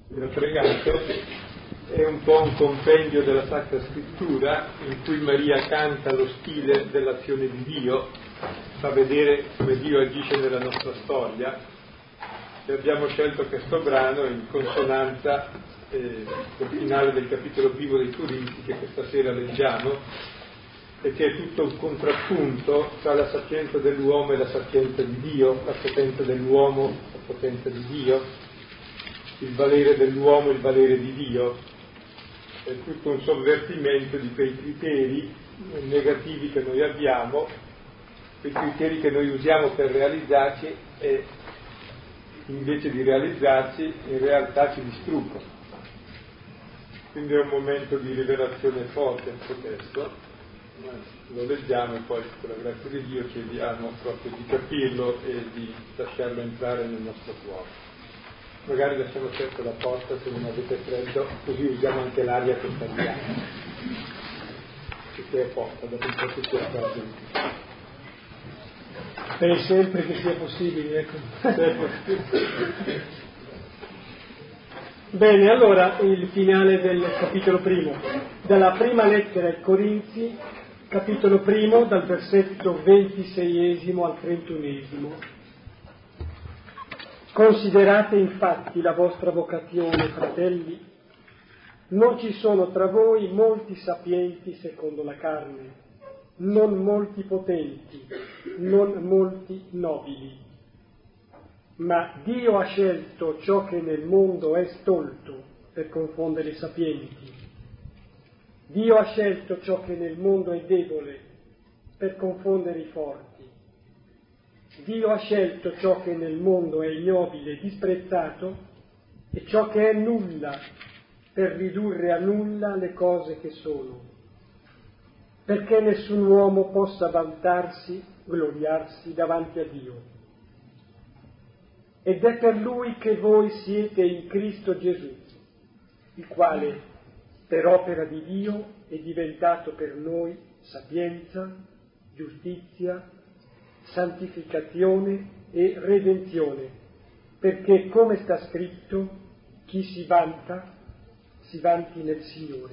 vi ho pregato, è un po' un compendio della Sacra Scrittura in cui Maria canta lo stile dell'azione di Dio, fa vedere come Dio agisce nella nostra storia, e abbiamo scelto questo brano in consonanza col finale del capitolo primo dei Corinzi che questa sera leggiamo, e che è tutto un contrappunto tra la sapienza dell'uomo e la sapienza di Dio, la potenza dell'uomo, la potenza di Dio, il valere dell'uomo, il valere di Dio. È tutto un sovvertimento di quei criteri negativi che noi abbiamo, quei criteri che noi usiamo per realizzarci e invece di realizzarci in realtà ci distruggono. Quindi è un momento di rivelazione forte questo testo. Lo leggiamo e poi con la grazia di Dio chiediamo proprio di capirlo e di lasciarlo entrare nel nostro cuore. Magari lasciamo aperta la porta se non avete freddo, così usiamo anche l'aria che sta via, che è porta, dopo un po' che si accorge. Speri sempre che sia possibile, ecco. Bene, allora il finale del capitolo primo, dalla prima lettera ai Corinzi, capitolo primo, dal versetto 26 al 31. Considerate infatti la vostra vocazione, fratelli. Non ci sono tra voi molti sapienti secondo la carne, non molti potenti, non molti nobili. Ma Dio ha scelto ciò che nel mondo è stolto per confondere i sapienti. Dio ha scelto ciò che nel mondo è debole per confondere i forti. Dio ha scelto ciò che nel mondo è ignobile e disprezzato e ciò che è nulla per ridurre a nulla le cose che sono, perché nessun uomo possa vantarsi, gloriarsi davanti a Dio. Ed è per Lui che voi siete in Cristo Gesù, il quale per opera di Dio è diventato per noi sapienza, giustizia, santificazione e redenzione, perché come sta scritto, chi si vanta, si vanti nel Signore.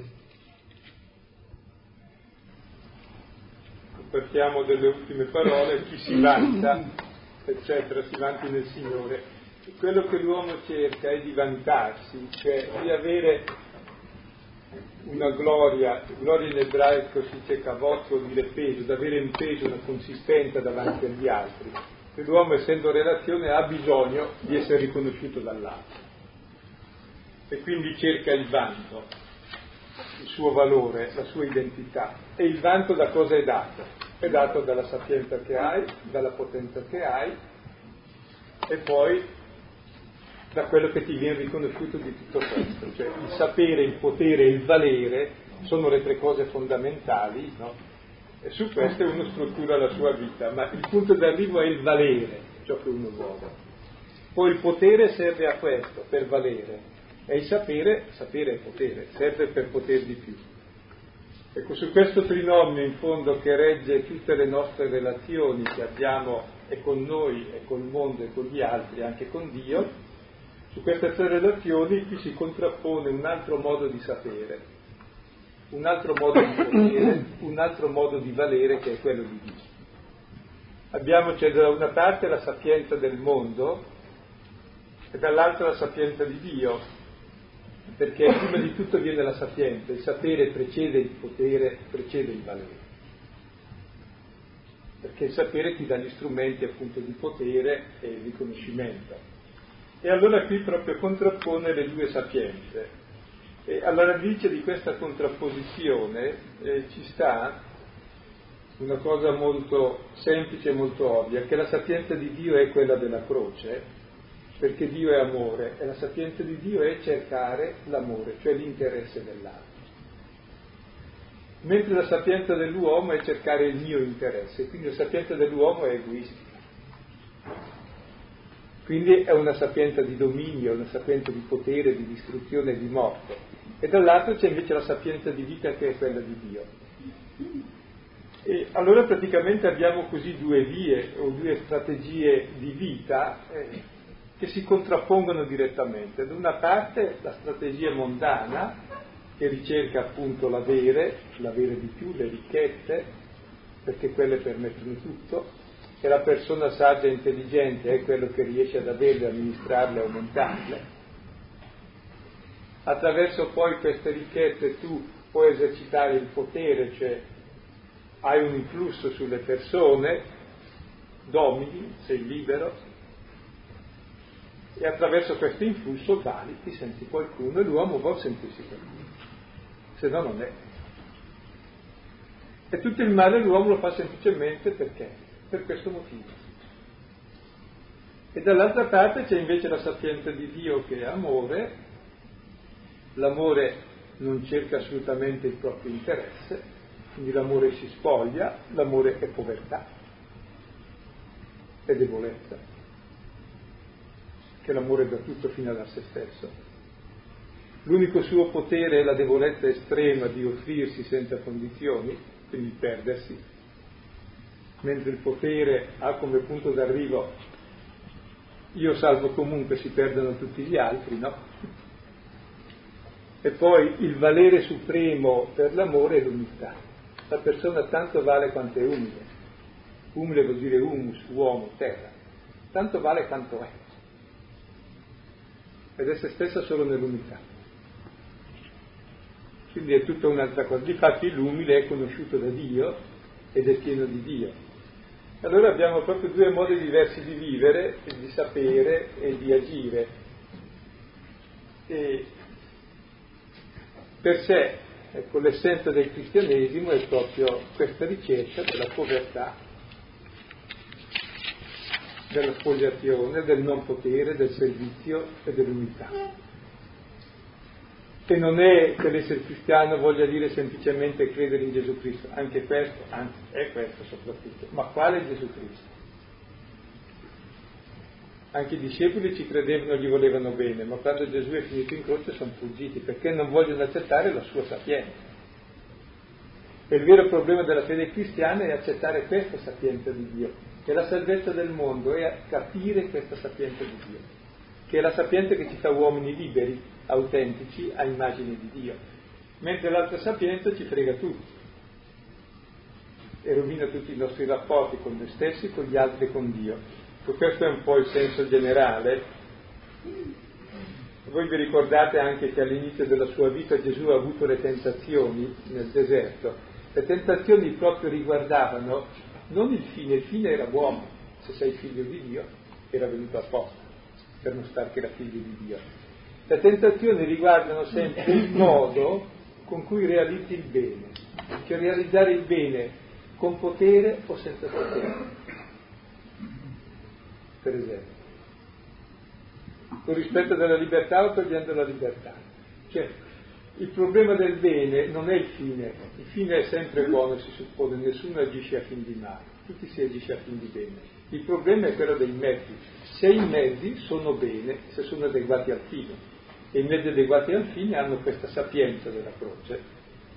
Partiamo delle ultime parole, chi si vanta, eccetera, si vanti nel Signore. Quello che l'uomo cerca è di vantarsi, cioè di avere una gloria in ebraico si dice kavod, vuol dire peso, di avere un peso, una consistenza davanti agli altri. E l'uomo, essendo relazione, ha bisogno di essere riconosciuto dall'altro. E quindi cerca il vanto, il suo valore, la sua identità. E il vanto da cosa è dato? È dato dalla sapienza che hai, dalla potenza che hai, e poi da quello che ti viene riconosciuto di tutto questo. Cioè il sapere, il potere e il valere sono le tre cose fondamentali, no? E su queste uno struttura la sua vita, ma il punto d'arrivo è il valere, ciò che uno vuole. Poi il potere serve a questo, per valere, e il sapere è potere, serve per poter di più. Ecco, su questo trinomio in fondo che regge tutte le nostre relazioni che abbiamo e con noi e col mondo e con gli altri, anche con Dio, su queste tre relazioni qui si contrappone un altro modo di sapere, un altro modo di potere, un altro modo di valere che è quello di Dio. Abbiamo, cioè, da una parte la sapienza del mondo e dall'altra la sapienza di Dio, perché prima di tutto viene la sapienza, il sapere precede il potere, precede il valere, perché il sapere ti dà gli strumenti appunto di potere e di riconoscimento. E allora qui proprio contrappone le due sapienze. E alla radice di questa contrapposizione ci sta una cosa molto semplice e molto ovvia, che la sapienza di Dio è quella della croce, perché Dio è amore, e la sapienza di Dio è cercare l'amore, cioè l'interesse dell'altro. Mentre la sapienza dell'uomo è cercare il mio interesse, quindi la sapienza dell'uomo è egoistica. Quindi è una sapienza di dominio, una sapienza di potere, di distruzione e di morte. E dall'altro c'è invece la sapienza di vita che è quella di Dio. E allora praticamente abbiamo così due vie o due strategie di vita che si contrappongono direttamente. Da una parte la strategia mondana, che ricerca appunto l'avere di più, le ricchezze, perché quelle permettono tutto, e la persona saggia e intelligente è quello che riesce ad averle, amministrarle e aumentarle. Attraverso poi queste ricchezze tu puoi esercitare il potere, cioè hai un influsso sulle persone, domini, sei libero, e attraverso questo influsso vali, ti senti qualcuno, e l'uomo vuol sentirsi qualcuno, se no non è. E tutto il male l'uomo lo fa semplicemente perché? Per questo motivo. E dall'altra parte c'è invece la sapienza di Dio che è amore. L'amore non cerca assolutamente il proprio interesse, quindi l'amore si spoglia, l'amore è povertà, è debolezza, che l'amore dà tutto fino a da se stesso. L'unico suo potere è la debolezza estrema di offrirsi senza condizioni, quindi perdersi, mentre il potere ha come punto d'arrivo io salvo comunque, si perdono tutti gli altri, no? E poi il valere supremo per l'amore è l'umiltà. La persona tanto vale quanto è umile. Umile vuol dire humus, uomo, terra. Tanto vale quanto è. Ed è se stessa solo nell'umiltà. Quindi è tutta un'altra cosa. Difatti l'umile è conosciuto da Dio ed è pieno di Dio. Allora abbiamo proprio due modi diversi di vivere, di sapere e di agire. E per sé, ecco, l'essenza del cristianesimo è proprio questa ricerca della povertà, della spogliazione, del non potere, del servizio e dell'umiltà. E non è che l'essere cristiano voglia dire semplicemente credere in Gesù Cristo, anche questo, anzi è questo soprattutto, ma quale Gesù Cristo? Anche i discepoli ci credevano e gli volevano bene, ma quando Gesù è finito in croce sono fuggiti perché non vogliono accettare la sua sapienza. E il vero problema della fede cristiana è accettare questa sapienza di Dio, che la salvezza del mondo è capire questa sapienza di Dio, che è la sapienza che ci fa uomini liberi, autentici, a immagine di Dio, mentre l'altra sapienza ci frega tutti e rovina tutti i nostri rapporti con noi stessi, con gli altri e con Dio. Questo è un po' il senso generale. Voi vi ricordate anche che all'inizio della sua vita Gesù ha avuto le tentazioni nel deserto. Le tentazioni proprio riguardavano non il fine era buono, se sei figlio di Dio era venuto apposta, per mostrare che era figlio di Dio. Le tentazioni riguardano sempre il modo con cui realizzi il bene, cioè realizzare il bene con potere o senza potere. Per esempio, con rispetto della libertà o togliendo la libertà. Cioè, il problema del bene non è il fine è sempre buono, si suppone, nessuno agisce a fin di male, tutti si agisce a fin di bene. Il problema è quello dei mezzi, se i mezzi sono bene, se sono adeguati al fine, e i mezzi adeguati al fine hanno questa sapienza della croce.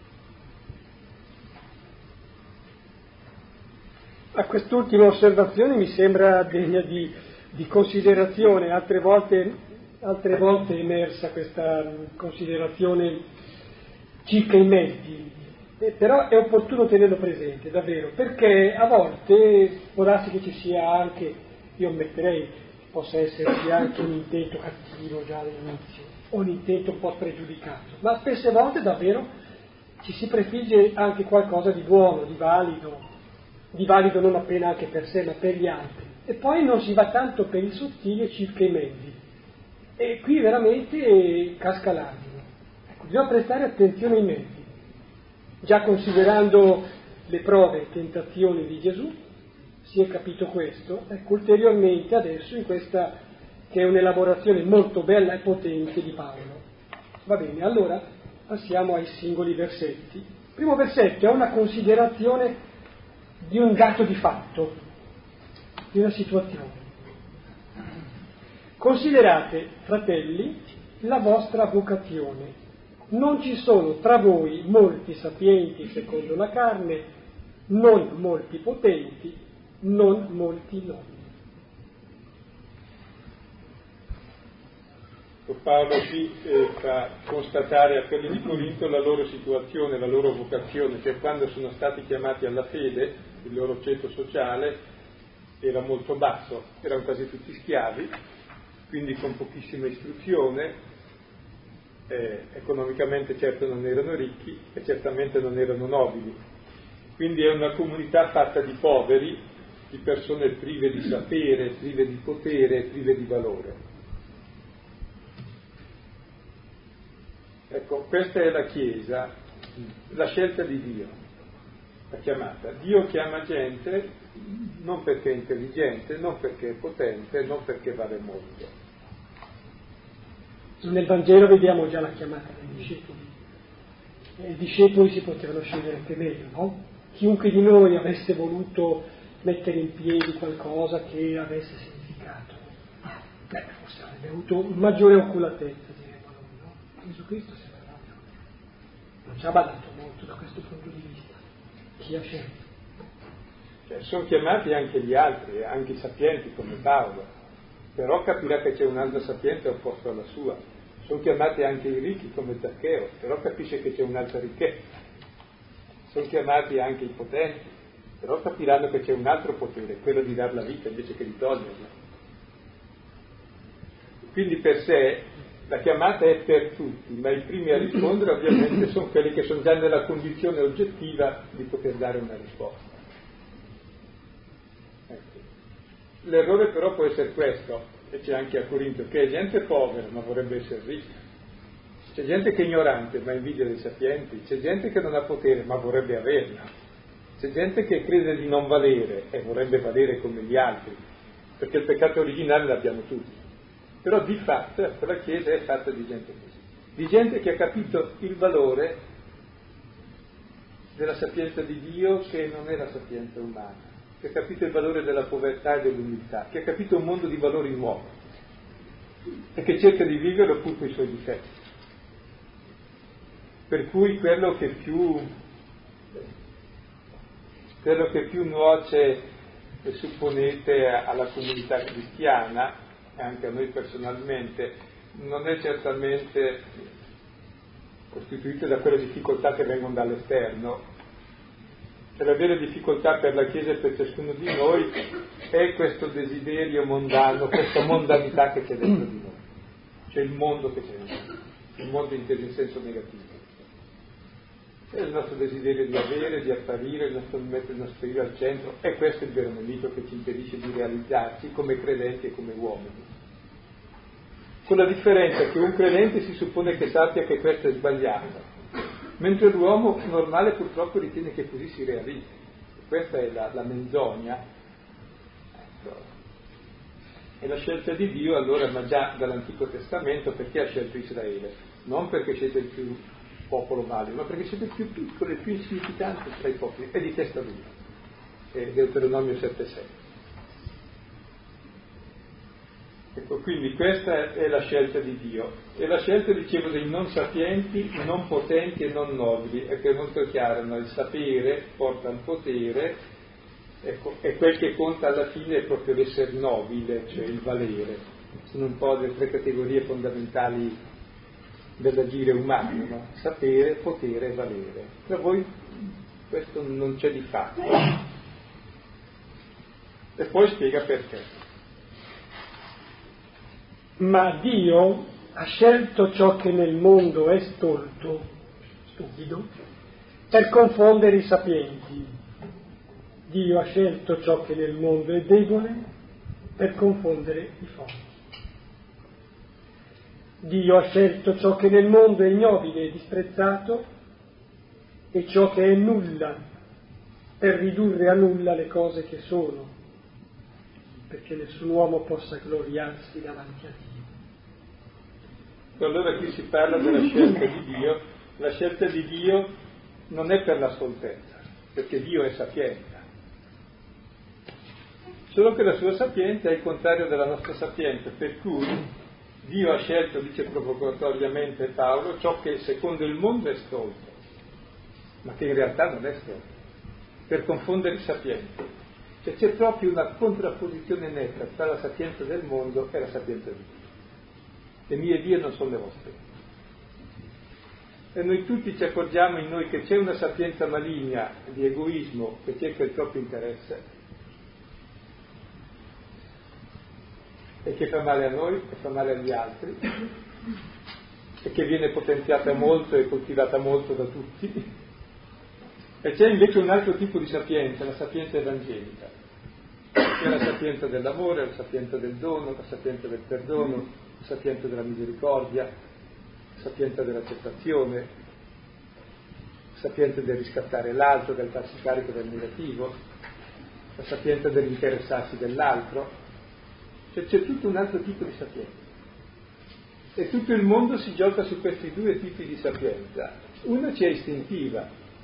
A quest'ultima osservazione mi sembra degna di considerazione, altre volte è emersa questa considerazione circa i mezzi, però è opportuno tenerlo presente, davvero, perché a volte può darsi che ci sia anche, io ammetterei, possa esserci anche un intento cattivo già all'inizio, o un intento un po' pregiudicato, ma spesse volte davvero ci si prefigge anche qualcosa di buono, di valido non appena anche per sé ma per gli altri, e poi non si va tanto per il sottile circa i mezzi, e qui veramente casca l'asino. Ecco, bisogna prestare attenzione ai mezzi, già considerando le prove e tentazioni di Gesù si è capito questo, ecco, ulteriormente adesso in questa che è un'elaborazione molto bella e potente di Paolo. Va bene, allora passiamo ai singoli versetti. Il primo versetto è una considerazione di un dato di fatto, di una situazione. Considerate, fratelli, la vostra vocazione. Non ci sono tra voi molti sapienti secondo la carne, non molti potenti, non molti nobili. Paolo qui fa constatare a quelli di Corinto la loro situazione, la loro vocazione, cioè quando sono stati chiamati alla fede, il loro ceto sociale era molto basso, erano quasi tutti schiavi, quindi con pochissima istruzione, economicamente certo non erano ricchi e certamente non erano nobili. Quindi è una comunità fatta di poveri, di persone prive di sapere, prive di potere, prive di valore. Ecco, questa è la Chiesa, la scelta di Dio, la chiamata. Dio chiama gente non perché è intelligente, non perché è potente, non perché vale molto. Nel Vangelo vediamo già la chiamata dei discepoli. I discepoli si potevano scegliere anche meglio, no? Chiunque di noi avesse voluto mettere in piedi qualcosa che avesse significato, forse avrebbe avuto maggiore oculatezza, diremmo noi, no? Gesù Cristo se non ci ha badato molto da questo punto di vista. Chi ha scelto? Sono chiamati anche gli altri, anche i sapienti come Paolo, però capirà che c'è un'altra sapienza opposta alla sua. Sono chiamati anche i ricchi come Zaccheo, però capisce che c'è un'altra ricchezza. Sono chiamati anche i potenti, però capiranno che c'è un altro potere, quello di dar la vita invece che di toglierla. Quindi per sé la chiamata è per tutti, ma i primi a rispondere ovviamente sono quelli che sono già nella condizione oggettiva di poter dare una risposta. Ecco. L'errore però può essere questo, e c'è anche a Corinto, che è gente povera ma vorrebbe essere ricca, c'è gente che è ignorante ma invidia dei sapienti, c'è gente che non ha potere ma vorrebbe averla, c'è gente che crede di non valere e vorrebbe valere come gli altri, perché il peccato originale l'abbiamo tutti. Però di fatto la Chiesa è fatta di gente così, di gente che ha capito il valore della sapienza di Dio, che non è la sapienza umana, che ha capito il valore della povertà e dell'umiltà, che ha capito un mondo di valori nuovi e che cerca di viverlo pur con i suoi difetti. Per cui quello che più nuoce, supponete, alla comunità cristiana, e anche a noi personalmente, non è certamente costituito da quelle difficoltà che vengono dall'esterno. Cioè la vera difficoltà per la Chiesa e per ciascuno di noi è questo desiderio mondano, questa mondanità che c'è dentro di noi, cioè il mondo che c'è dentro di noi, il mondo inteso in senso negativo. È il nostro desiderio di avere, di apparire, il nostro mettere il nostro io al centro, e questo è il vero nemico che ci impedisce di realizzarci come credenti e come uomini. Con la differenza che un credente si suppone che sappia che questo è sbagliato, mentre l'uomo normale purtroppo ritiene che così si realizzi. Questa è la menzogna. E la scelta di Dio allora, ma già dall'Antico Testamento, perché ha scelto Israele? Non perché siete il più popolo valido, ma perché siete il più piccolo e più insignificante tra i popoli, è di testa dura, è Deuteronomio 7,6. Ecco, quindi questa è la scelta di Dio, e la scelta, dicevo, dei non sapienti, non potenti e non nobili, è che è molto chiaro, no? Il sapere porta al potere, ecco, e quel che conta alla fine è proprio l'essere nobile, cioè il valere. Sono un po' le tre categorie fondamentali dell'agire umano, no? Sapere, potere e valere. Per voi questo non c'è di fatto. E poi spiega perché. Ma Dio ha scelto ciò che nel mondo è stolto, stupido, per confondere i sapienti. Dio ha scelto ciò che nel mondo è debole per confondere i forti. Dio ha scelto ciò che nel mondo è ignobile e disprezzato e ciò che è nulla per ridurre a nulla le cose che sono, perché nessun uomo possa gloriarsi davanti a Dio. Allora qui si parla della scelta di Dio. La scelta di Dio non è per la stoltezza, perché Dio è sapienza. Solo che la sua sapienza è il contrario della nostra sapienza, per cui Dio ha scelto, dice provocatoriamente Paolo, ciò che secondo il mondo è stolto, ma che in realtà non è stolto, per confondere i sapienti. Cioè c'è proprio una contrapposizione netta tra la sapienza del mondo e la sapienza di Dio. Le mie vie non sono le vostre. E noi tutti ci accorgiamo in noi che c'è una sapienza maligna di egoismo che cerca il proprio interesse e che fa male a noi e fa male agli altri e che viene potenziata molto e coltivata molto da tutti. E c'è invece un altro tipo di sapienza, la sapienza evangelica, che è la sapienza dell'amore, la sapienza del dono, la sapienza del perdono, la sapienza della misericordia, la sapienza dell'accettazione, la sapienza del riscattare l'altro, del farsi carico del negativo, la sapienza dell'interessarsi dell'altro. Cioè c'è tutto un altro tipo di sapienza. E tutto il mondo si gioca su questi due tipi di sapienza. Una c'è istintiva.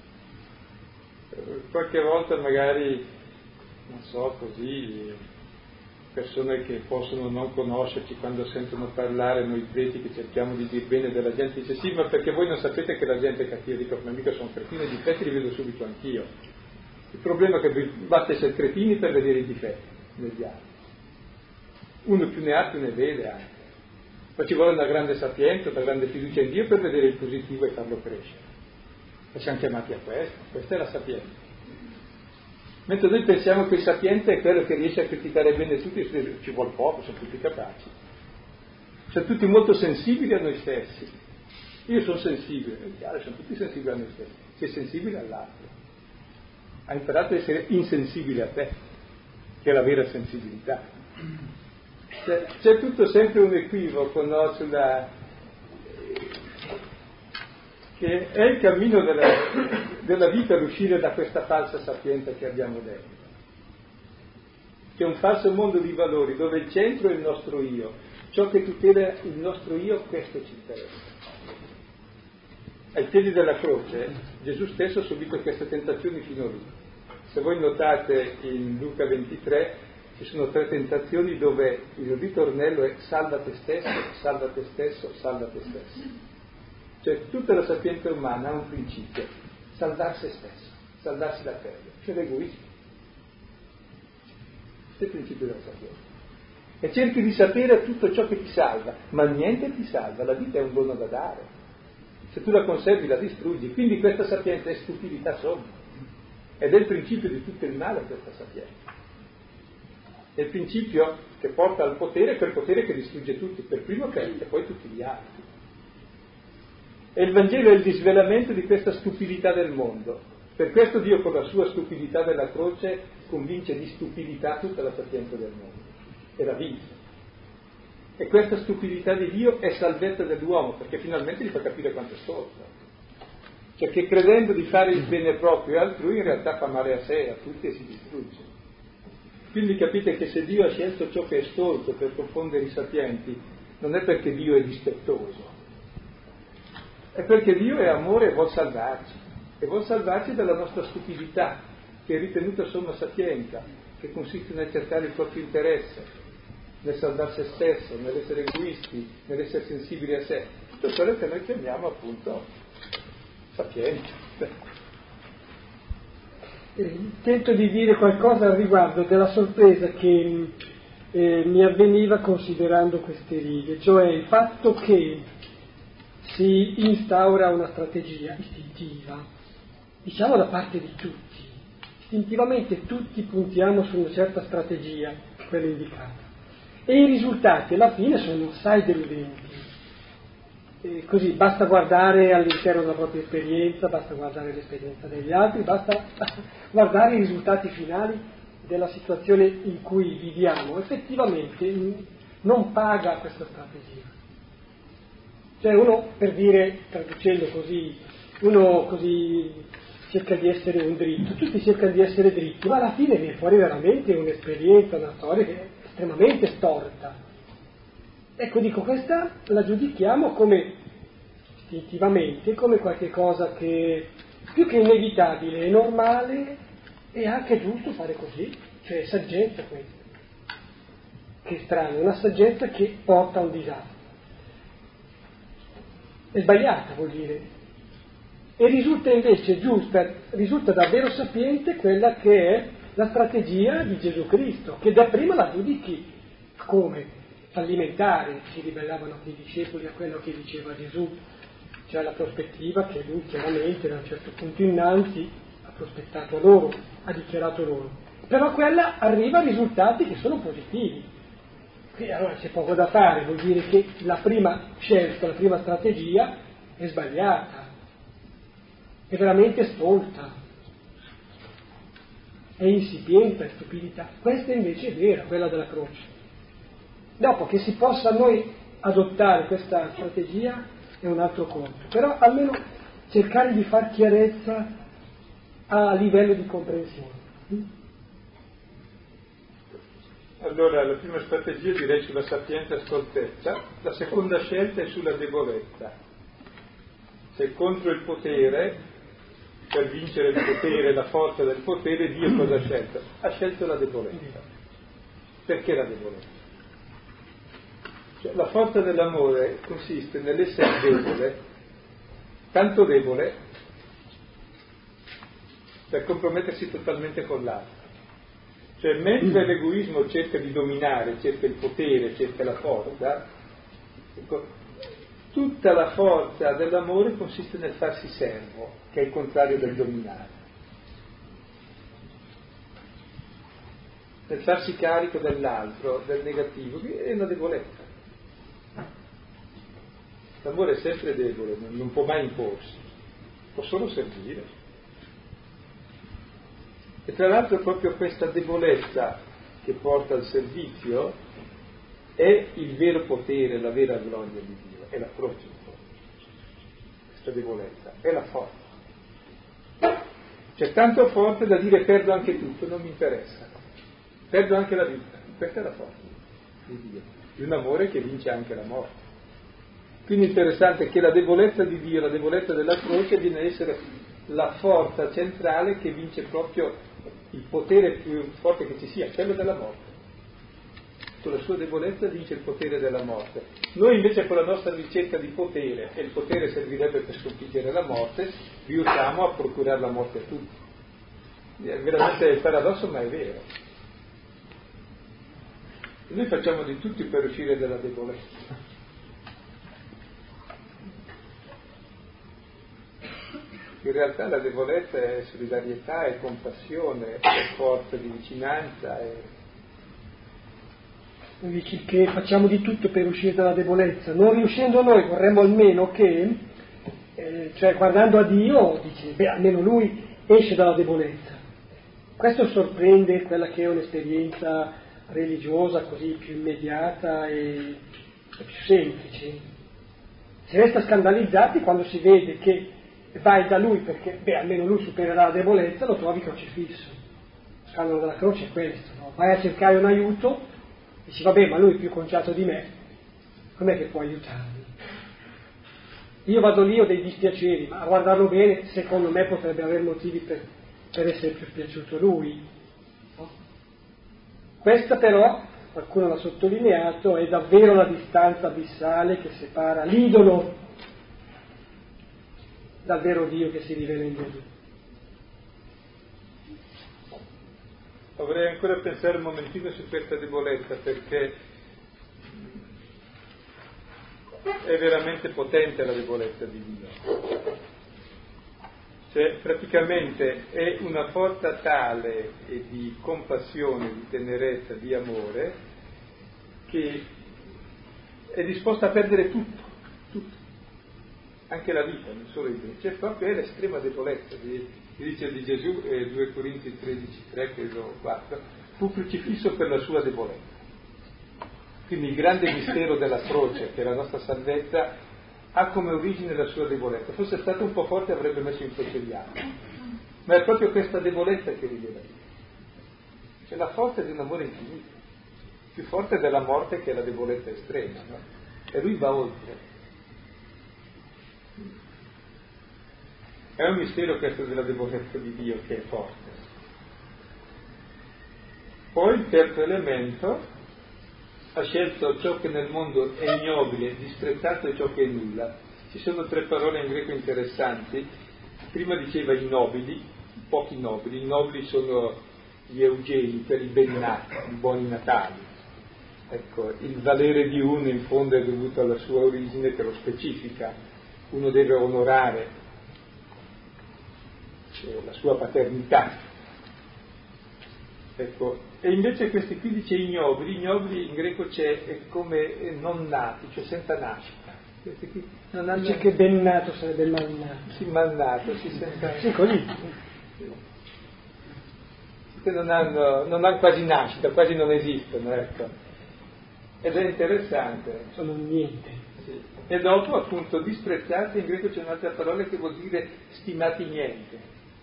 Qualche volta magari, non so, così, persone che possono non conoscerci, quando sentono parlare noi preti che cerchiamo di dir bene della gente, dice sì, ma perché voi non sapete che la gente è cattiva? Dico, ma mica sono cretini, i difetti li vedo subito anch'io. Il problema è che basta essere cretini per vedere i difetti negli altri. Uno più ne ha più ne vede anche. Ma ci vuole una grande sapienza, una grande fiducia in Dio per vedere il positivo e farlo crescere. E siamo chiamati a questo, questa è la sapienza. Mentre noi pensiamo che il sapiente è quello che riesce a criticare bene tutti, ci vuole poco, sono tutti capaci. Sono tutti molto sensibili a noi stessi. Io sono sensibile, è chiaro, sono tutti sensibili a noi stessi. Sei sensibile all'altro. Hai imparato ad essere insensibile a te, che è la vera sensibilità. C'è tutto sempre un equivoco, no, che è il cammino della vita, l'uscire da questa falsa sapienza che abbiamo dentro. C'è un falso mondo di valori dove il centro è il nostro io, ciò che tutela il nostro io, questo ci interessa. Ai piedi della croce Gesù stesso ha subito queste tentazioni fino lì. Se voi notate in Luca 23 ci sono 3 tentazioni dove il ritornello è salva te stesso, salva te stesso, salva te stesso. Cioè tutta la sapienza umana ha un principio, salvarsi se stesso, salvarsi la pelle, cioè l'egoismo. Questo è il principio della sapienza. E cerchi di sapere tutto ciò che ti salva, ma niente ti salva, la vita è un dono da dare. Se tu la conservi la distruggi, quindi questa sapienza è stupidità somma. Ed è il principio di tutto il male questa sapienza. È il principio che porta al potere, quel potere che distrugge tutti, per primo te e poi tutti gli altri. E il Vangelo è il disvelamento di questa stupidità del mondo. Per questo Dio con la sua stupidità della croce convince di stupidità tutta la sapienza del mondo. E la vince. E questa stupidità di Dio è salvezza dell'uomo, perché finalmente gli fa capire quanto è stolto. Cioè che credendo di fare il bene proprio altrui in realtà fa male a sé, a tutti e si distrugge. Quindi capite che se Dio ha scelto ciò che è stolto per confondere i sapienti, non è perché Dio è dispettoso, è perché Dio è amore e vuol salvarci dalla nostra stupidità, che è ritenuta somma sapienza, che consiste nel cercare il proprio interesse, nel salvare se stesso, nell'essere egoisti, nell'essere sensibili a sé, tutto quello che noi chiamiamo appunto sapienza. Tento di dire qualcosa al riguardo della sorpresa che mi avveniva considerando queste righe, cioè il fatto che si instaura una strategia istintiva, diciamo da parte di tutti. Istintivamente tutti puntiamo su una certa strategia, quella indicata, e i risultati alla fine sono assai deludenti. Così basta guardare all'interno della propria esperienza, basta guardare l'esperienza degli altri, basta guardare i risultati finali della situazione in cui viviamo. Effettivamente non paga questa strategia. Cioè uno, per dire, traducendo così, uno così cerca di essere un dritto, tutti cercano di essere dritti, ma alla fine viene fuori veramente un'esperienza, una storia che è estremamente storta. Ecco, dico, questa la giudichiamo come, istintivamente, come qualche cosa che più che inevitabile, è normale e anche giusto fare così, cioè è saggezza questa. Che strano, una saggezza che porta a un disastro. È sbagliata, vuol dire. E risulta invece giusta, risulta davvero sapiente quella che è la strategia di Gesù Cristo, che dapprima la giudichi come? fallimentare, si ribellavano i discepoli a quello che diceva Gesù, cioè la prospettiva che lui chiaramente da un certo punto innanzi ha prospettato a loro, ha dichiarato loro. Però quella arriva a risultati che sono positivi. E allora c'è poco da fare, vuol dire che la prima scelta, la prima strategia è sbagliata, è veramente stolta, è insipiente, è stupidità. Questa invece è vera, quella della croce. Dopo che si possa noi adottare questa strategia è un altro conto, però almeno cercare di far chiarezza a livello di comprensione. Allora, la prima strategia direi sulla sapienza e stoltezza, la seconda scelta è sulla debolezza. Se contro il potere, per vincere il potere, la forza del potere, Dio cosa ha scelto? Ha scelto la debolezza. Perché la debolezza? Cioè, la forza dell'amore consiste nell'essere debole, tanto debole per compromettersi totalmente con l'altro. Cioè, mentre l'egoismo cerca di dominare, cerca il potere, cerca la forza, ecco, tutta la forza dell'amore consiste nel farsi servo, che è il contrario del dominare. Nel farsi carico dell'altro, del negativo, che è una debolezza. L'amore è sempre debole, non può mai imporsi, può solo servire. E tra l'altro proprio questa debolezza che porta al servizio è il vero potere, la vera gloria di Dio, è la croce. Questa debolezza è la forza. Cioè tanto forte da dire perdo anche tutto, non mi interessa, perdo anche la vita. Questa è la forza di Dio, di un amore che vince anche la morte. Quindi interessante che la debolezza di Dio, la debolezza della croce viene a essere la forza centrale che vince proprio il potere più forte che ci sia, quello della morte. Con la sua debolezza vince il potere della morte. Noi invece con la nostra ricerca di potere, e il potere servirebbe per sconfiggere la morte, riusciamo a procurare la morte a tutti. È veramente il paradosso, ma è vero. Noi facciamo di tutti per uscire dalla debolezza. In realtà la debolezza è solidarietà, è compassione, è forza di vicinanza. Dici che facciamo di tutto per uscire dalla debolezza. Non riuscendo noi vorremmo almeno che, cioè guardando a Dio, dici, beh, almeno Lui esce dalla debolezza. Questo sorprende quella che è un'esperienza religiosa così più immediata e più semplice. Si resta scandalizzati quando si vede che vai da lui perché, beh, almeno lui supererà la debolezza, lo trovi crocifisso. Lo scandalo della croce è questo, no? Vai a cercare un aiuto, dici, vabbè, ma lui è più conciato di me, com'è che può aiutarmi? Io vado lì, ho dei dispiaceri, ma a guardarlo bene, secondo me potrebbe avere motivi per essere più spiaciuto lui. No? Questa però, qualcuno l'ha sottolineato, è davvero la distanza abissale che separa l'idolo dal vero Dio che si rivela in Gesù. Vorrei ancora pensare un momentino su questa debolezza, perché è veramente potente la debolezza di Dio. Cioè, praticamente è una forza tale e di compassione, di tenerezza, di amore, che è disposta a perdere tutto, anche la vita, non solo il bene. Cioè proprio è l'estrema debolezza, dice di Gesù, 2 Corinzi 13:3, credo 4, fu crocifisso per la sua debolezza. Quindi il grande mistero della croce, che è la nostra salvezza, ha come origine la sua debolezza. Fosse stato un po' forte avrebbe messo in croce gli altri, ma è proprio questa debolezza che rivela Dio. C'è la forza di un amore infinito, più forte della morte che è la debolezza estrema, no? E lui va oltre. È un mistero questo della debolezza di Dio, che è forte. Poi il terzo elemento, ha scelto ciò che nel mondo è ignobile, disprezzato e ciò che è nulla. Ci sono 3 parole in greco interessanti. Prima diceva i nobili, pochi nobili. I nobili sono gli eugeni, per i ben nati, i buoni natali. Ecco, il valere di uno in fondo è dovuto alla sua origine che lo specifica. Uno deve onorare la sua paternità. Ecco, e invece questi qui dice ignobili in greco è come non nati, cioè senza nascita. Questi qui non hanno... Dice che ben nato sarebbe malnato. Sì, malnato, senza... Sì, così. Che non hanno quasi nascita, quasi non esistono, ecco. Ed è interessante. Sono niente. Sì. E dopo, appunto, disprezzati, in greco c'è un'altra parola che vuol dire stimati niente.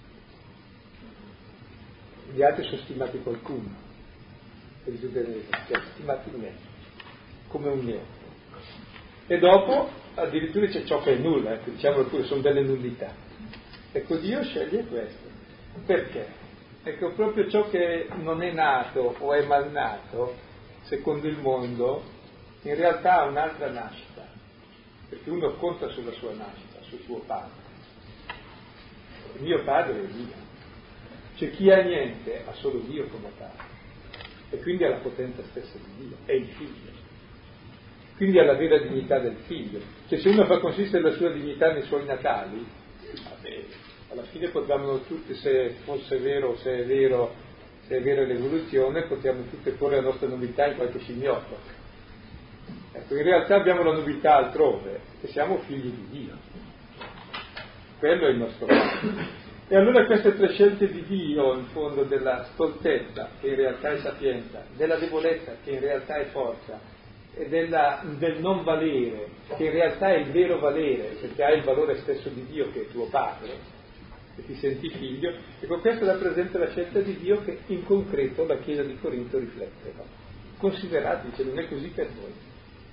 Gli altri sono stimati qualcuno, per cioè stimati niente, come un niente. E dopo addirittura c'è ciò che è nulla, ecco, diciamolo pure, sono delle nullità. Ecco, Dio sceglie questo. Perché? Ecco, proprio ciò che non è nato o è malnato, secondo il mondo, in realtà ha un'altra nascita, perché uno conta sulla sua nascita, sul suo padre. Il mio padre è Dio. Cioè chi ha niente ha solo Dio come padre, e quindi ha la potenza stessa di Dio, è il figlio. Quindi ha la vera dignità del figlio. Cioè se uno fa consistere la sua dignità nei suoi natali, vabbè, alla fine potremmo tutti, se fosse vero, se è vera l'evoluzione, potremmo tutti porre la nostra novità in qualche scimmiotto. Ecco, in realtà abbiamo la novità altrove, che siamo figli di Dio. Quello è il nostro padre. E allora queste tre scelte di Dio, in fondo, della stoltezza, che in realtà è sapienza, della debolezza, che in realtà è forza, e del non valere, che in realtà è il vero valere, perché hai il valore stesso di Dio, che è tuo padre, e ti senti figlio, e con questo rappresenta la scelta di Dio che in concreto la Chiesa di Corinto riflette. No? Considerate, dice, non è così per voi.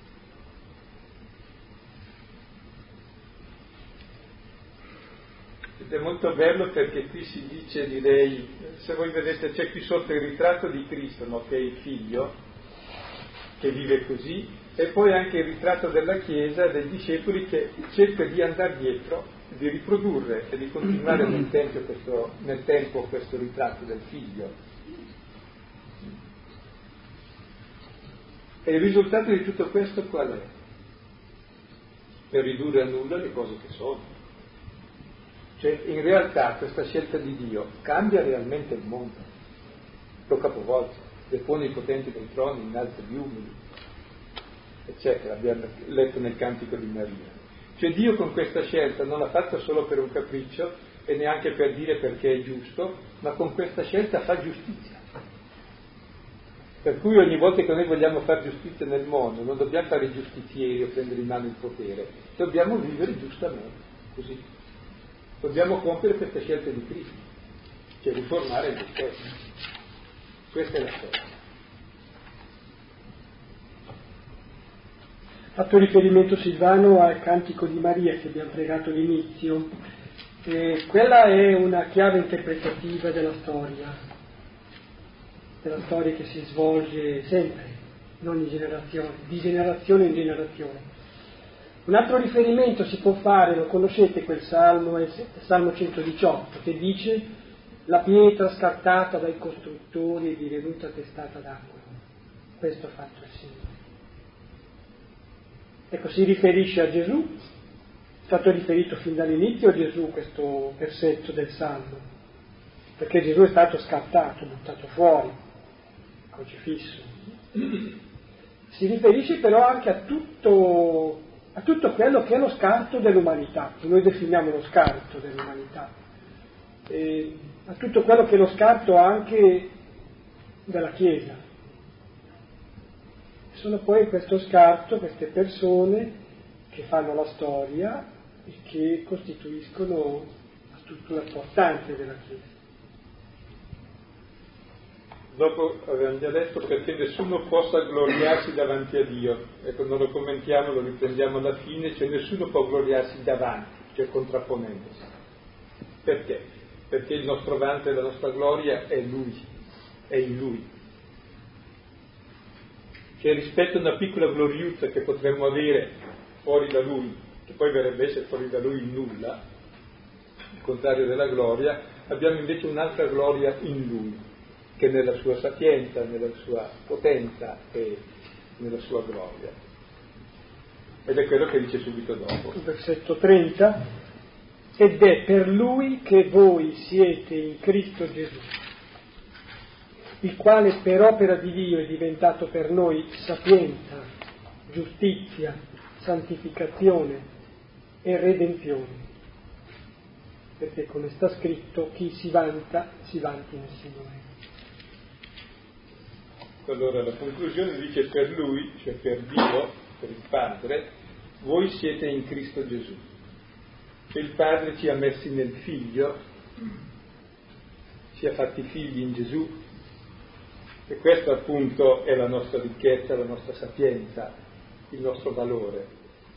Ed è molto bello perché qui si dice, direi, se voi vedete c'è qui sotto il ritratto di Cristo, no? Che è il figlio, che vive così, e poi anche il ritratto della Chiesa, dei discepoli, che cerca di andare dietro, di riprodurre e di continuare nel tempo questo ritratto del figlio. E il risultato di tutto questo qual è? Per ridurre a nulla le cose che sono. Cioè, in realtà questa scelta di Dio cambia realmente il mondo, lo capovolge, depone i potenti dai troni, innalza gli umili, eccetera, abbiamo letto nel Cantico di Maria. Cioè Dio con questa scelta non l'ha fatta solo per un capriccio e neanche per dire perché è giusto, ma con questa scelta fa giustizia. Per cui ogni volta che noi vogliamo fare giustizia nel mondo non dobbiamo fare i giustizieri o prendere in mano il potere, dobbiamo vivere giustamente, così. Dobbiamo compiere queste scelte di Cristo, cioè riformare noi stessi. Questa è la scelta. Fatto riferimento Silvano al Cantico di Maria che abbiamo pregato all'inizio, quella è una chiave interpretativa della storia che si svolge sempre, in ogni generazione, di generazione in generazione. Un altro riferimento si può fare, lo conoscete quel salmo, è il Salmo 118, che dice la pietra scartata dai costruttori è divenuta testata d'acqua. Questo ha fatto il Signore. Ecco, si riferisce a Gesù, è stato riferito fin dall'inizio a Gesù questo versetto del Salmo, perché Gesù è stato scartato, buttato fuori, crocifisso. Si riferisce però anche a tutto quello che è lo scarto dell'umanità, che noi definiamo lo scarto dell'umanità, a tutto quello che è lo scarto anche della Chiesa. Sono poi questo scarto, queste persone che fanno la storia e che costituiscono la struttura portante della Chiesa. Dopo abbiamo già detto perché nessuno possa gloriarsi davanti a Dio, ecco, non lo commentiamo, lo riprendiamo alla fine, cioè nessuno può gloriarsi davanti, cioè contrapponendosi. Perché? Perché il nostro vanto e la nostra gloria è Lui, è in Lui. Cioè rispetto a una piccola gloriuzza che potremmo avere fuori da Lui, che poi verrebbe essere fuori da Lui il nulla, il contrario della gloria, abbiamo invece un'altra gloria in Lui, che nella sua sapienza, nella sua potenza nella sua gloria. Ed è quello che dice subito dopo. Versetto 30, ed è per Lui che voi siete in Cristo Gesù, il quale per opera di Dio è diventato per noi sapienza, giustizia, santificazione e redenzione. Perché come sta scritto, chi si vanta, si vanti nel Signore. Allora la conclusione dice per Lui, cioè per Dio, per il Padre, voi siete in Cristo Gesù. E il Padre ci ha messi nel Figlio, ci ha fatti figli in Gesù, e questo appunto è la nostra ricchezza, la nostra sapienza, il nostro valore.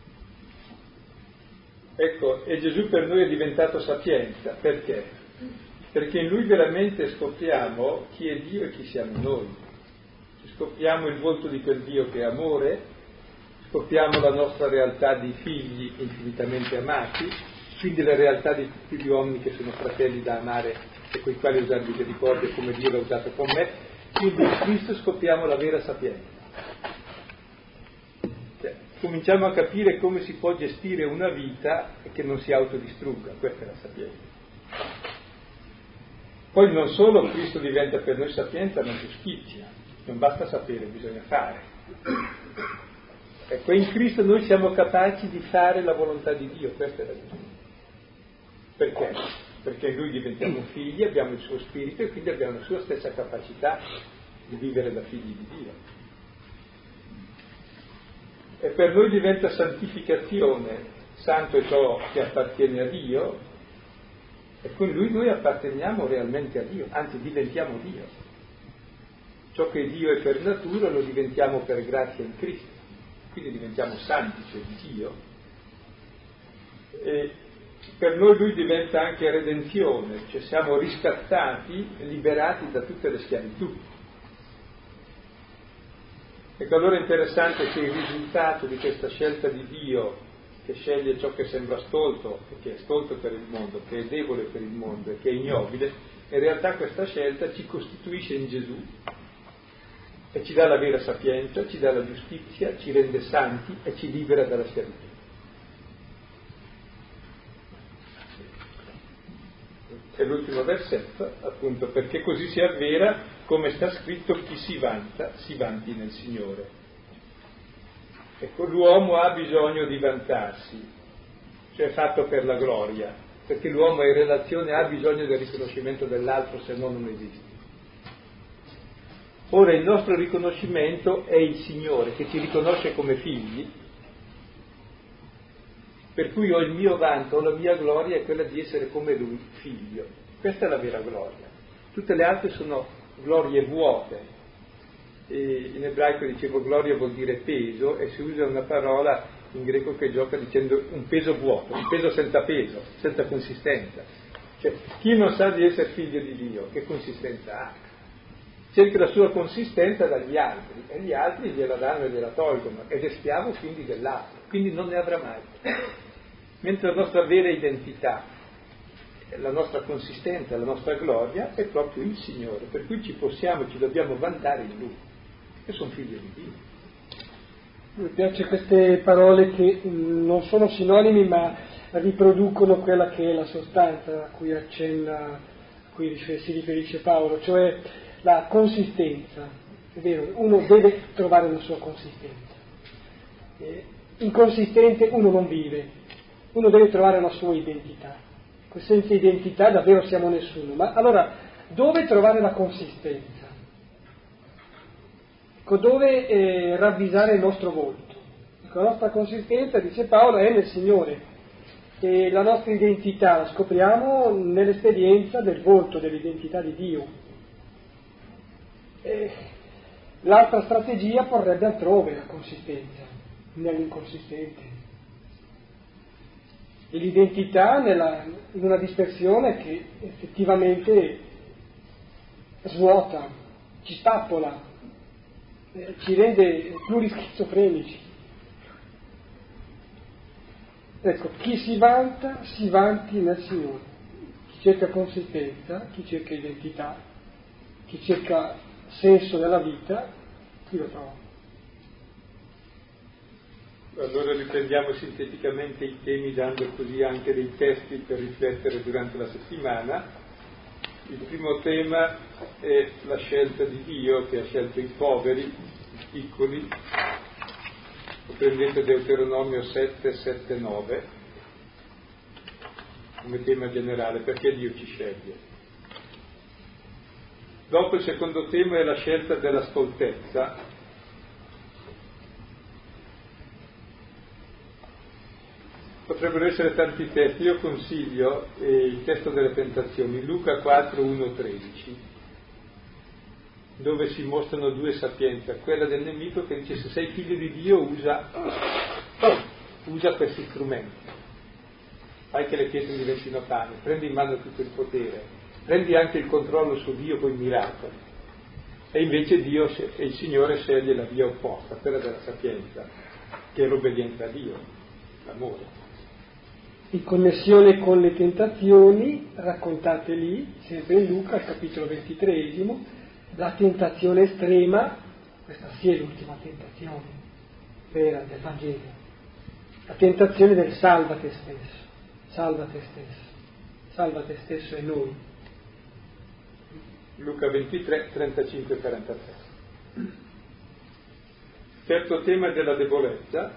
Ecco, e Gesù per noi è diventato sapienza, perché? Perché in Lui veramente scopriamo chi è Dio e chi siamo noi. Scopriamo il volto di quel Dio che è amore, scopriamo la nostra realtà di figli infinitamente amati, quindi la realtà di tutti gli uomini che sono fratelli da amare e con i quali usare misericordia come Dio l'ha usato con me, quindi in Cristo scopriamo la vera sapienza. Cominciamo a capire come si può gestire una vita che non si autodistrugga, questa è la sapienza. Poi non solo Cristo diventa per noi sapienza, ma giustizia, non basta sapere, bisogna fare. Ecco, in Cristo noi siamo capaci di fare la volontà di Dio, questa è la giustizia. Perché? Perché in Lui diventiamo figli, abbiamo il suo spirito e quindi abbiamo la sua stessa capacità di vivere da figli di Dio. E per noi diventa santificazione, santo è ciò che appartiene a Dio, e con Lui noi apparteniamo realmente a Dio, anzi diventiamo Dio. Ciò che Dio è per natura lo diventiamo per grazia in Cristo, quindi diventiamo santi, cioè di Dio, e per noi Lui diventa anche redenzione, cioè siamo riscattati e liberati da tutte le schiavitù. Ecco, allora è interessante che il risultato di questa scelta di Dio, che sceglie ciò che sembra stolto, e che è stolto per il mondo, che è debole per il mondo e che è ignobile, in realtà questa scelta ci costituisce in Gesù e ci dà la vera sapienza, ci dà la giustizia, ci rende santi e ci libera dalla schiavitù. È l'ultimo versetto, appunto, perché così si avvera, come sta scritto, chi si vanta, si vanti nel Signore. Ecco, l'uomo ha bisogno di vantarsi, cioè è fatto per la gloria, perché l'uomo in relazione ha bisogno del riconoscimento dell'altro, se no non esiste. Ora il nostro riconoscimento è il Signore, che ci riconosce come figli, per cui ho il mio vanto, la mia gloria è quella di essere come Lui, figlio. Questa è la vera gloria. Tutte le altre sono glorie vuote. E in ebraico dicevo gloria vuol dire peso, e si usa una parola in greco che gioca dicendo un peso vuoto, un peso, senza consistenza. Cioè, chi non sa di essere figlio di Dio, che consistenza ha? Cerca la sua consistenza dagli altri, e gli altri gliela danno e gliela tolgono, ed è schiavo quindi dell'altro, quindi non ne avrà mai. Mentre la nostra vera identità, la nostra consistenza, la nostra gloria è proprio il Signore, per cui ci dobbiamo vantare in Lui, che sono figli di Dio. Mi piace queste parole che non sono sinonimi, ma riproducono quella che è la sostanza a cui accenna, a cui si riferisce Paolo, cioè la consistenza. È vero, uno deve trovare la sua consistenza. Inconsistente uno non vive. Uno deve trovare la sua identità. Senza identità davvero siamo nessuno. Ma allora, dove trovare la consistenza? Ecco, dove ravvisare il nostro volto? Ecco, la nostra consistenza, dice Paolo, è nel Signore. E la nostra identità la scopriamo nell'esperienza del volto, dell'identità di Dio. E l'altra strategia porrebbe altrove la consistenza, nell'inconsistente. E l'identità in una dispersione che effettivamente svuota, ci spappola, ci rende plurischizofrenici. Ecco, chi si vanta, si vanti nel Signore. Chi cerca consistenza, chi cerca identità, chi cerca senso della vita, chi lo trova. Allora riprendiamo sinteticamente i temi, dando così anche dei testi per riflettere durante la settimana. Il primo tema è la scelta di Dio, che ha scelto i poveri, i piccoli. Prendete Deuteronomio 7, 7, 9 come tema generale, perché Dio ci sceglie. Dopo il secondo tema è la scelta della stoltezza. Potrebbero essere tanti testi, io consiglio il testo delle tentazioni, Luca 4, 1, 13, dove si mostrano due sapienze, quella del nemico che dice: se sei figlio di Dio usa questi strumenti, fai che le pietre diventino pane, prendi in mano tutto il potere, prendi anche il controllo su Dio con i miracoli. E invece Dio e il Signore sceglie la via opposta, quella della sapienza, che è l'obbedienza a Dio, l'amore. In connessione con le tentazioni raccontate lì, sempre in Luca, al capitolo 23, la tentazione estrema, questa sì è l'ultima tentazione vera del Vangelo, la tentazione del salva te stesso e noi. Luca 23, 35 e 43. Terzo tema è della debolezza.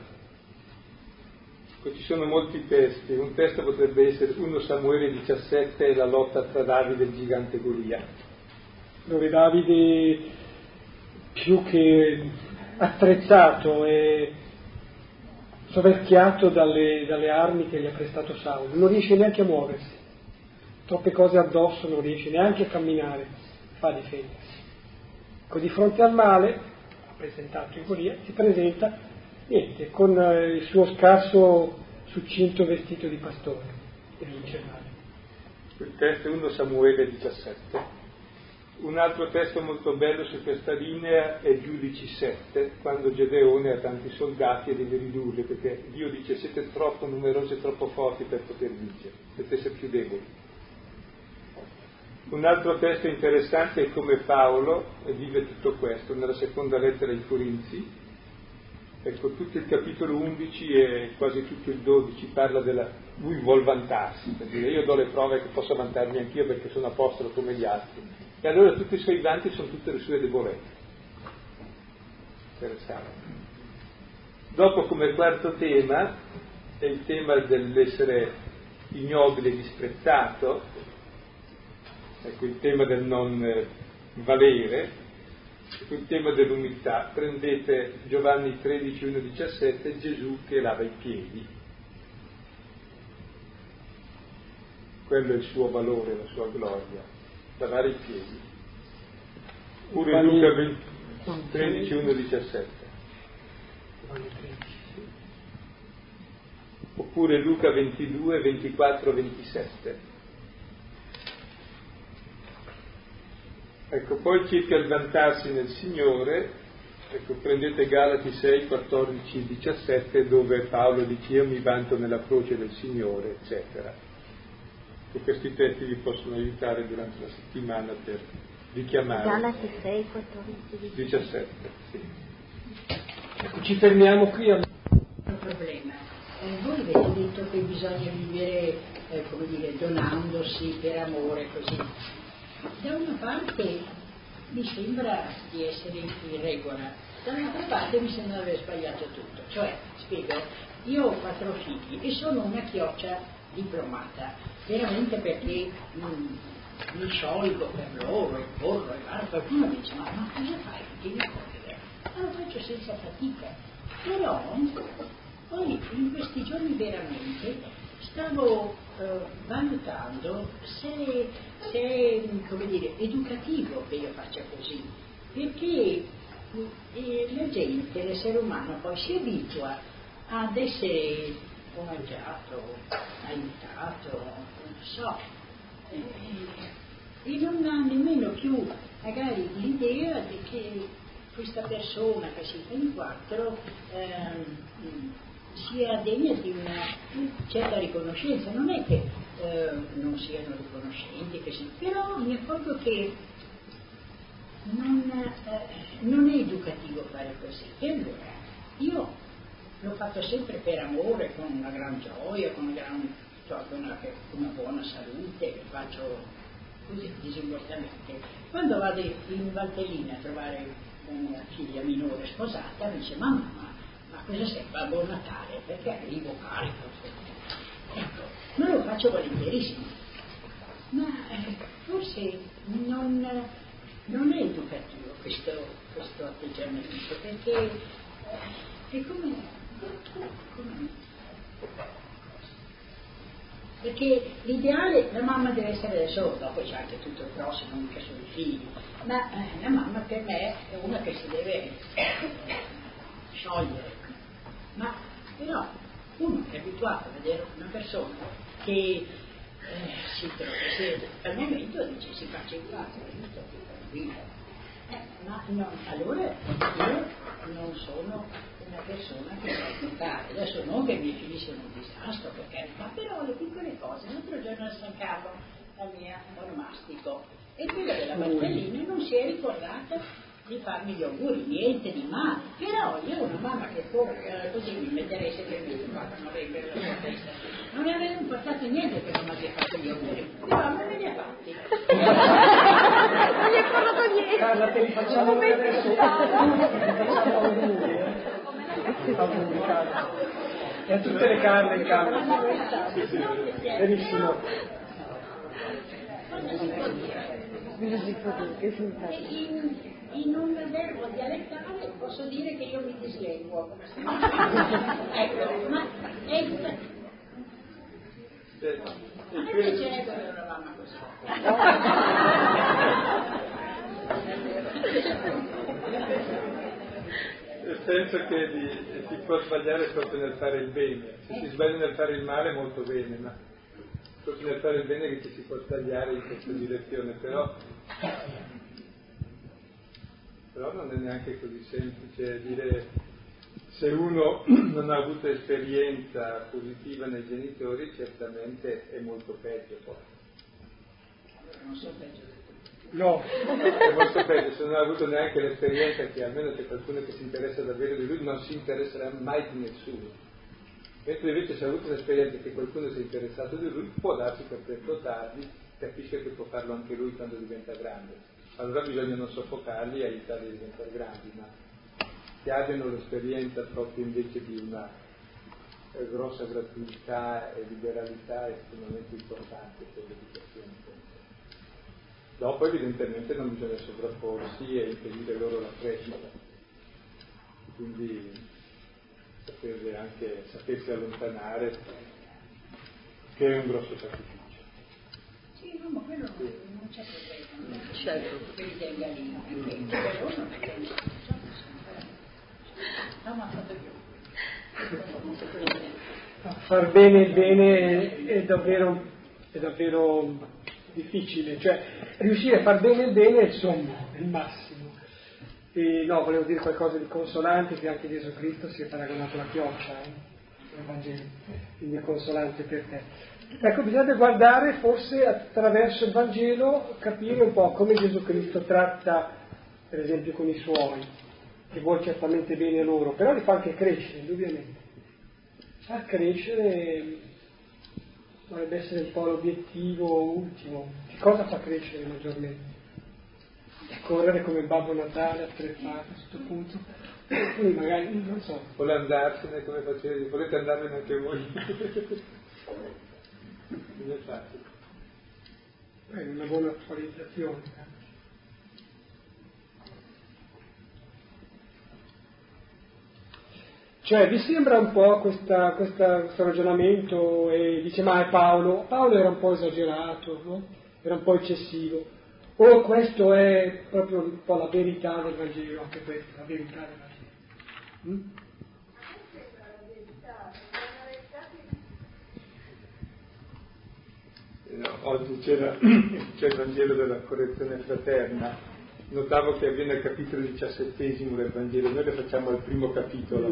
Ci sono molti testi, un testo potrebbe essere 1 Samuele 17 e la lotta tra Davide e il gigante Golia, dove Davide, più che attrezzato e soverchiato dalle armi che gli ha prestato Saulo, non riesce neanche a muoversi, troppe cose addosso, non riesce neanche a camminare, fa difendersi. Di fronte al male, presentato in Golia, si presenta niente, con il suo scarso succinto vestito di pastore, e vince il male. Il testo è 1 Samuele 17. Un altro testo molto bello su questa linea è Giudici 7, quando Gedeone ha tanti soldati e deve ridurli, perché Dio dice: siete troppo numerosi e troppo forti per poter vincere, dovete essere più deboli. Un altro testo interessante è come Paolo vive tutto questo, nella seconda lettera ai Corinzi. Ecco, tutto il capitolo 11 e quasi tutto il 12 parla lui vuol vantarsi, per dire: io do le prove che posso vantarmi anch'io perché sono apostolo come gli altri. E allora tutti i suoi vanti sono tutte le sue debolezze. Interessante. Dopo, come quarto tema, è il tema dell'essere ignobile e disprezzato, ecco il tema del non valere, il tema dell'umiltà. Prendete Giovanni 13, 1, 17, Gesù che lava i piedi. Quello è il suo valore, la sua gloria, lavare i piedi. Pure Luca 13, 1, 17. Oppure Luca 22, 24, 27. Ecco, poi circa il vantarsi nel Signore, ecco, prendete Galati 6, 14, 17, dove Paolo dice: io mi vanto nella croce del Signore, eccetera. E questi testi vi possono aiutare durante la settimana per richiamare. Galati 6, 14, 17, sì. Ecco, ci fermiamo qui al problema. Voi avete detto che bisogna vivere, donandosi per amore, così. Da una parte mi sembra di essere in regola, dall'altra parte mi sembra di aver sbagliato tutto. Cioè, spiego, io ho 4 figli e sono una chioccia diplomata, veramente, perché mi sciolgo per loro e corro e vado. Qualcuno dice: ma cosa fai? Che devi correre? Ma lo faccio senza fatica. Però poi in questi giorni veramente stavo valutando se è educativo che io faccia così, perché la gente, l'essere umano poi si abitua ad essere omaggiato, aiutato, non so, e non ha nemmeno più magari l'idea di che questa persona che si fa in 4 sia degna di una certa riconoscenza. Non è che non siano riconoscenti, però mi accorgo che non è educativo fare così. E allora io l'ho fatto sempre per amore, con una gran gioia, con una buona salute, che faccio così disinvoltamente. Quando vado in Valtellina a trovare una figlia minore sposata, mi dice: mamma, ma cosa sei? Babbo Natale? Perché arrivo carico? Ecco, ma lo faccio volentierissimo. Ma forse non è educativo questo atteggiamento, perché è come perché l'ideale, la mamma deve essere adesso, dopo c'è anche tutto il prossimo, mica solo i figli, ma la mamma per me è una che si deve sciogliere, ma però uno che è abituato a vedere una persona che si trova al momento dice si faccia in casa, sto più tranquillo. Ma no, allora io non sono una persona che sa educare. Adesso non che i miei figli siano un disastro, perché, ma però le piccole cose. L'altro giorno a San Carlo, la mia onomastico, e quella della Valtellina non si è ricordata di farmi gli auguri, niente di male. Però io una mamma che così mi metterei sempre in ma non avrebbe la sua testa, non ne avrei importato niente che non mi abbia fatto gli auguri, però non me li ha fatti. Non gli hai parlato niente. Carla, te li facciamo noi adesso. Facciamo auguri, Carla. E a tutte le Carle in campo. Benissimo. In un verbo dialettale posso dire che io mi dislenguo, ecco, ma è a me piacerebbe avere una mamma così. Nel senso che si può sbagliare proprio nel fare il bene, se si sbaglia nel fare il male molto bene, ma proprio nel fare il bene che ci si può sbagliare in questa direzione, però non è neanche così semplice dire, se uno non ha avuto esperienza positiva nei genitori certamente è molto peggio poi. Non so peggio. No. È molto peggio, se non ha avuto neanche l'esperienza che almeno c'è qualcuno che si interessa davvero di lui, non si interesserà mai di nessuno. Mentre invece se ha avuto l'esperienza che qualcuno si è interessato di lui, può darsi che presto o tardi capisce che può farlo anche lui quando diventa grande. Allora bisogna non soffocarli e aiutarli a diventare grandi, ma che abbiano l'esperienza proprio invece di una grossa gratuità e liberalità è estremamente importante per l'educazione. Dopo evidentemente non bisogna sovrapporsi e impedire loro la crescita, quindi sapersi allontanare, che è un grosso sacrificio. Sì, no, ma quello non c'è problema. Certo. Che li tenga lì, perché loro non è che no, ma fatto più. Far bene il bene è davvero difficile, cioè riuscire a far bene il bene è il sogno, è il massimo. E no, volevo dire qualcosa di consolante, che anche Gesù Cristo si è paragonato alla chioccia nel Vangelo, quindi è consolante per te. Ecco, bisogna guardare forse attraverso il Vangelo, capire un po' come Gesù Cristo tratta, per esempio, con i suoi, che vuole certamente bene loro, però li fa anche crescere, indubbiamente. Far crescere dovrebbe essere un po' l'obiettivo ultimo. Che cosa fa crescere maggiormente? Correre come Babbo Natale, attrezzare a questo punto, quindi magari, non so. Vuole andarsene come facevi, volete andarvene anche voi? Non è facile. È una buona attualizzazione. Cioè, vi sembra un po' questo ragionamento e dice, ma è Paolo era un po' esagerato, no? Era un po' eccessivo. O questo è proprio un po' la verità del Vangelo, anche questa, la verità del Vangelo. No, oggi c'è il Vangelo della correzione fraterna, notavo che avviene al capitolo 17 del Vangelo, noi lo facciamo al primo capitolo.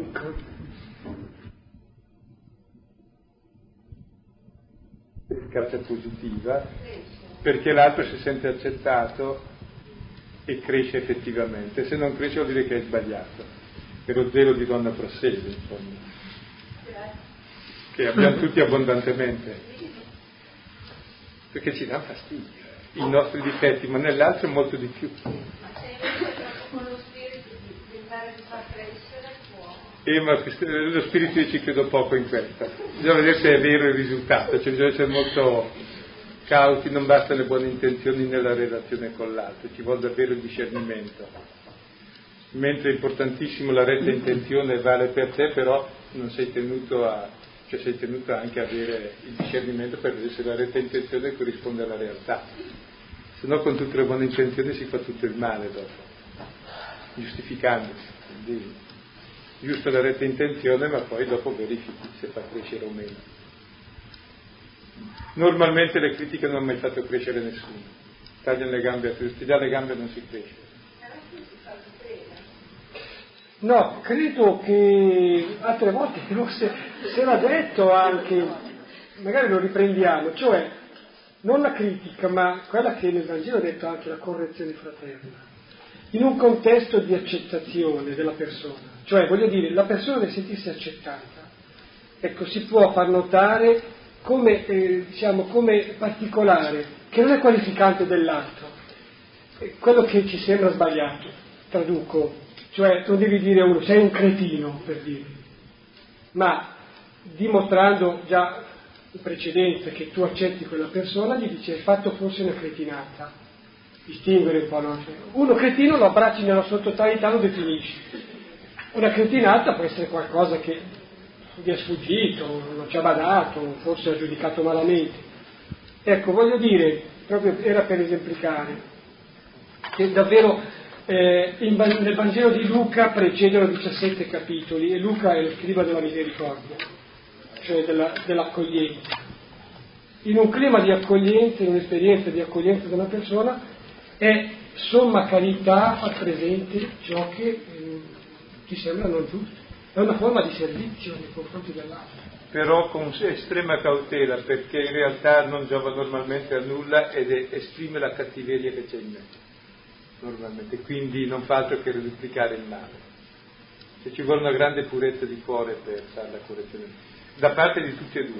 Efficacia positiva, perché l'altro si sente accettato e cresce effettivamente, se non cresce vuol dire che è sbagliato, e lo zelo di donna prosegue, insomma. che abbiamo tutti abbondantemente, perché ci danno fastidio i nostri difetti, ma nell'altro molto di più. Con lo spirito di tentare di far crescere può. Ma lo spirito io ci credo poco in questo, bisogna vedere se è vero il risultato, cioè bisogna essere molto cauti, non bastano le buone intenzioni nella relazione con l'altro, ci vuole davvero il discernimento. Mentre è importantissimo la retta intenzione vale per te, però non sei tenuto cioè sei tenuto anche a avere il discernimento per vedere se la retta intenzione corrisponde alla realtà. Se no con tutte le buone intenzioni si fa tutto il male dopo, giustificandosi. Quindi, giusto la retta intenzione, ma poi dopo verifichi se fa crescere o meno. Normalmente le critiche non hanno mai fatto crescere nessuno, tagliano le gambe a tutti, già le gambe non si cresce. No, credo che altre volte se l'ha detto anche, magari lo riprendiamo, cioè non la critica, ma quella che nel Vangelo ha detto anche la correzione fraterna, in un contesto di accettazione della persona, cioè voglio dire, la persona deve sentirsi accettata, ecco, si può far notare come, come particolare, che non è qualificante dell'altro, quello che ci sembra sbagliato, traduco. Cioè, non devi dire a uno, sei un cretino, per dire, ma dimostrando già in precedenza che tu accetti quella persona, gli dici, hai fatto forse una cretinata, distinguere un po', no? Uno cretino lo abbracci nella sua totalità, lo definisci. Una cretinata può essere qualcosa che gli è sfuggito, non ci ha badato, forse ha giudicato malamente. Ecco, voglio dire, proprio era per esemplificare, che davvero nel Vangelo di Luca precedono 17 capitoli e Luca è lo scriba della misericordia, cioè dell'accoglienza. In un clima di accoglienza, in un'esperienza di accoglienza della persona, è somma carità far presente ciò che ti sembra non giusto. È una forma di servizio nei confronti dell'altro. Però con estrema cautela, perché in realtà non giova normalmente a nulla ed esprime la cattiveria che c'è in me. Normalmente, quindi non fa altro che replicare il male. Cioè, ci vuole una grande purezza di cuore per fare la correzione, da parte di tutti e due.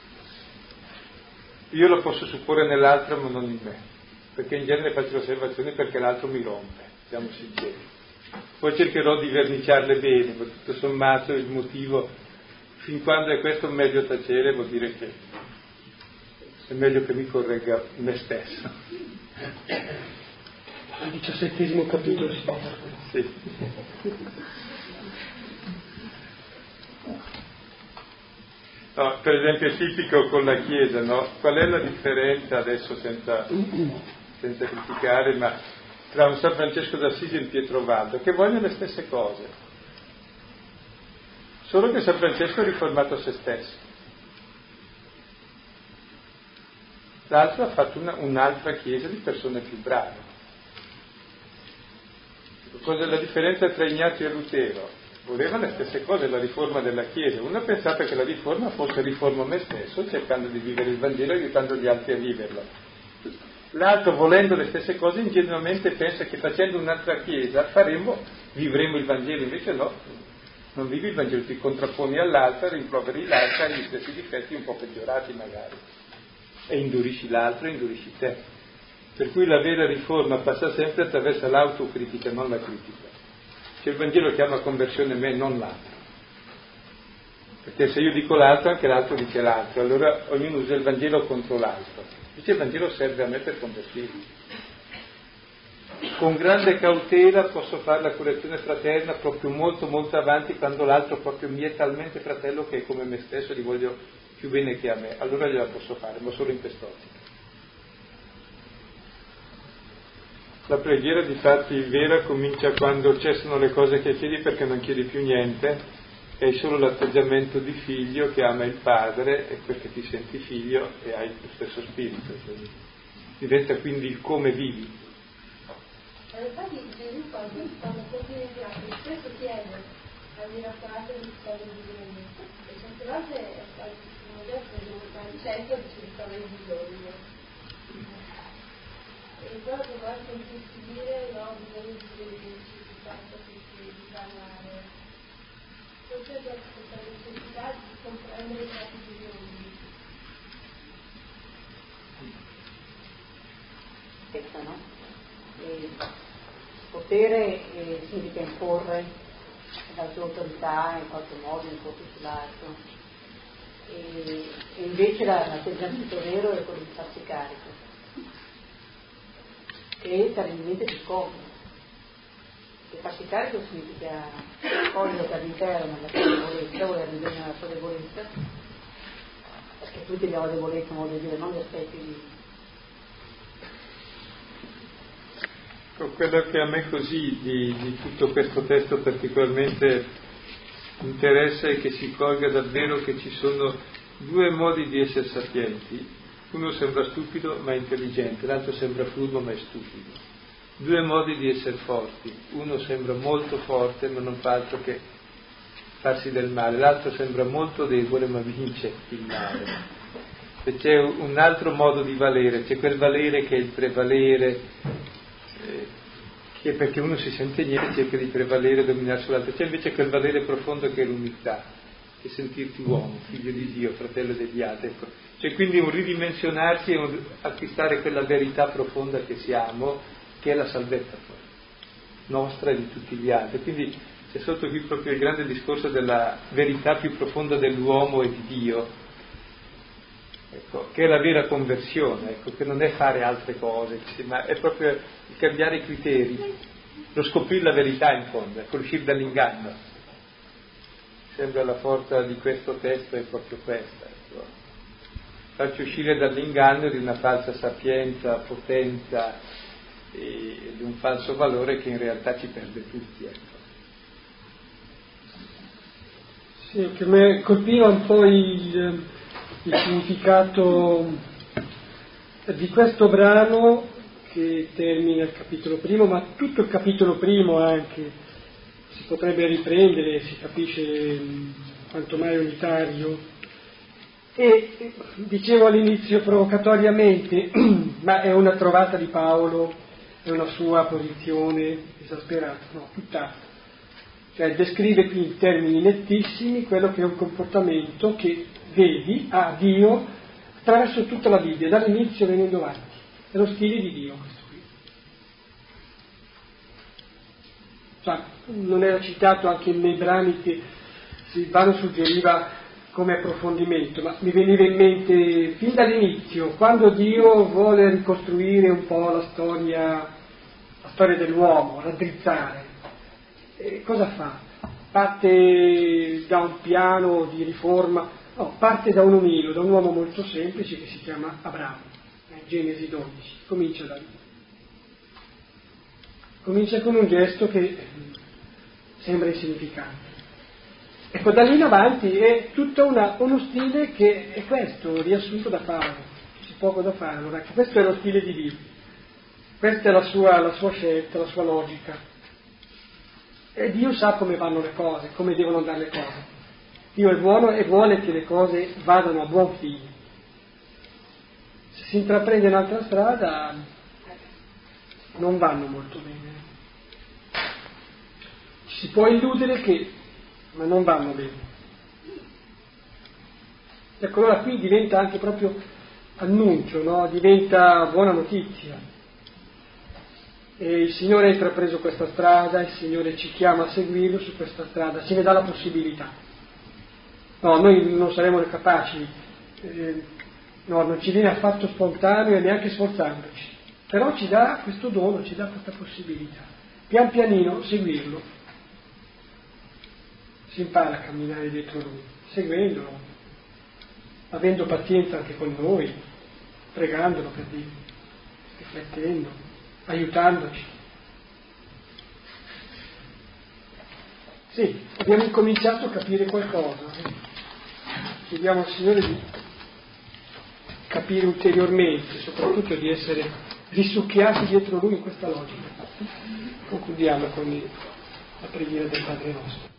Io lo posso supporre nell'altro ma non in me, perché in genere faccio osservazioni perché l'altro mi rompe, siamo sinceri. Poi cercherò di verniciarle bene, ma tutto sommato il motivo, fin quando è questo meglio tacere, vuol dire che è meglio che mi corregga me stesso. Il 17° capitolo. Sì. No, per esempio è tipico con la Chiesa, no? Qual è la differenza adesso senza criticare, ma tra un San Francesco d'Assisi e un Pietro Valdo, che vogliono le stesse cose, solo che San Francesco ha riformato se stesso, l'altro ha fatto un'altra Chiesa di persone più brave. Cos'è la differenza tra Ignazio e Lutero? Volevano le stesse cose, la riforma della Chiesa. Uno pensava che la riforma fosse riforma me stesso, cercando di vivere il Vangelo e aiutando gli altri a viverlo. L'altro, volendo le stesse cose, ingenuamente pensa che facendo un'altra Chiesa vivremo il Vangelo, invece no, non vivi il Vangelo, ti contrapponi all'altra, rimproveri l'altra, hai gli stessi difetti un po' peggiorati magari, e indurisci l'altro e indurisci te. Per cui la vera riforma passa sempre attraverso l'autocritica, non la critica. Cioè il Vangelo chiama conversione me, non l'altro. Perché se io dico l'altro, anche l'altro dice l'altro, allora ognuno usa il Vangelo contro l'altro. Invece il Vangelo serve a me per convertirmi. Con grande cautela posso fare la correzione fraterna proprio molto molto avanti, quando l'altro proprio mi è talmente fratello che è come me stesso, gli voglio più bene che a me. Allora gliela posso fare, ma solo in quest'ottica. La preghiera difatti vera comincia quando cessano le cose che chiedi, perché non chiedi più niente, e hai solo l'atteggiamento di figlio che ama il padre, e perché ti senti figlio e hai lo stesso spirito. Quindi diventa quindi il come vivi. Infatti Gesù quando contiene il piatto spesso chiede al miracolato di stare di bene, e certe volte non è che devo stare in centro e ci ritrova il bisogno. E quello che vuoi sentirsi dire, no, bisogna di necessità di parlare. non c'è proprio questa necessità di comprendere i propri bisogni. Questa, no? Potere significa imporre la sua autorità in qualche modo, un po' più sull'altro. E invece l'atteggiamento vero è quello di farsi carico, che è terribilmente più comodo. E farsi carico significa cogliere dall'interno la sua debolezza, voler ridere nella sua debolezza, perché tutti abbiamo debolezza, modo di dire, non gli aspetti di... Quello che a me così di tutto questo testo particolarmente interessa è che si colga davvero che ci sono due modi di essere sapienti. Uno sembra stupido ma è intelligente, l'altro sembra furbo ma è stupido. Due modi di essere forti. Uno sembra molto forte ma non fa altro che farsi del male, l'altro sembra molto debole ma vince il male. E c'è un altro modo di valere, c'è quel valere che è il prevalere, che perché uno si sente niente cerca di prevalere e dominare sull'altro, c'è invece quel valere profondo che è l'umiltà, che è sentirti uomo, figlio di Dio, fratello degli altri, ecco. C'è quindi un ridimensionarsi e acquistare quella verità profonda che siamo, che è la salvezza nostra e di tutti gli altri. Quindi c'è sotto qui proprio il grande discorso della verità più profonda dell'uomo e di Dio, ecco, che è la vera conversione, ecco, che non è fare altre cose, ma è proprio il cambiare i criteri, lo scoprire la verità in fondo, ecco, uscire dall'inganno. Sembra la forza di questo testo è proprio questa, ecco. Farci uscire dall'inganno di una falsa sapienza, potenza e di un falso valore che in realtà ci perde tutti, ecco. Sì, che mi colpiva un po' il significato di questo brano che termina il capitolo primo, ma tutto il capitolo primo anche si potrebbe riprendere, si capisce quanto mai unitario. E dicevo all'inizio provocatoriamente, ma è una trovata di Paolo, è una sua posizione esasperata, no, tutt'altro. Cioè descrive qui in termini nettissimi quello che è un comportamento che vedi a Dio attraverso tutta la Bibbia, dall'inizio venendo avanti. È lo stile di Dio questo qui. Cioè, non era citato anche nei brani che Silvano suggeriva come approfondimento, ma mi veniva in mente fin dall'inizio, quando Dio vuole ricostruire un po' la storia dell'uomo, raddrizzare. Cosa fa? Parte da un piano di riforma, no, parte da un umile, da un uomo molto semplice che si chiama Abramo, Genesi 12, comincia da lì. Comincia con un gesto che sembra insignificante. Ecco, da lì in avanti è tutto uno stile che è questo, riassunto da Paolo, c'è poco da fare, allora, questo è lo stile di Dio, questa è la sua scelta, la sua logica. E Dio sa come vanno le cose, come devono andare le cose. Dio è buono e vuole che le cose vadano a buon fine. Se si intraprende un'altra strada, non vanno molto bene. Ci si può illudere ma non vanno bene. Ecco, allora qui diventa anche proprio annuncio, no? Diventa buona notizia. E il Signore ha intrapreso questa strada, il Signore ci chiama a seguirlo su questa strada, ce ne dà la possibilità. No, noi non saremo capaci, no, non ci viene affatto spontaneo e neanche sforzandoci, però ci dà questo dono, ci dà questa possibilità. Pian pianino seguirlo, si impara a camminare dietro Lui, seguendolo, avendo pazienza anche con noi, pregandolo per Dio, riflettendo, aiutandoci. Sì, abbiamo incominciato a capire qualcosa. Chiediamo al Signore di capire ulteriormente, soprattutto di essere risucchiati dietro Lui in questa logica. Concludiamo con la preghiera del Padre nostro.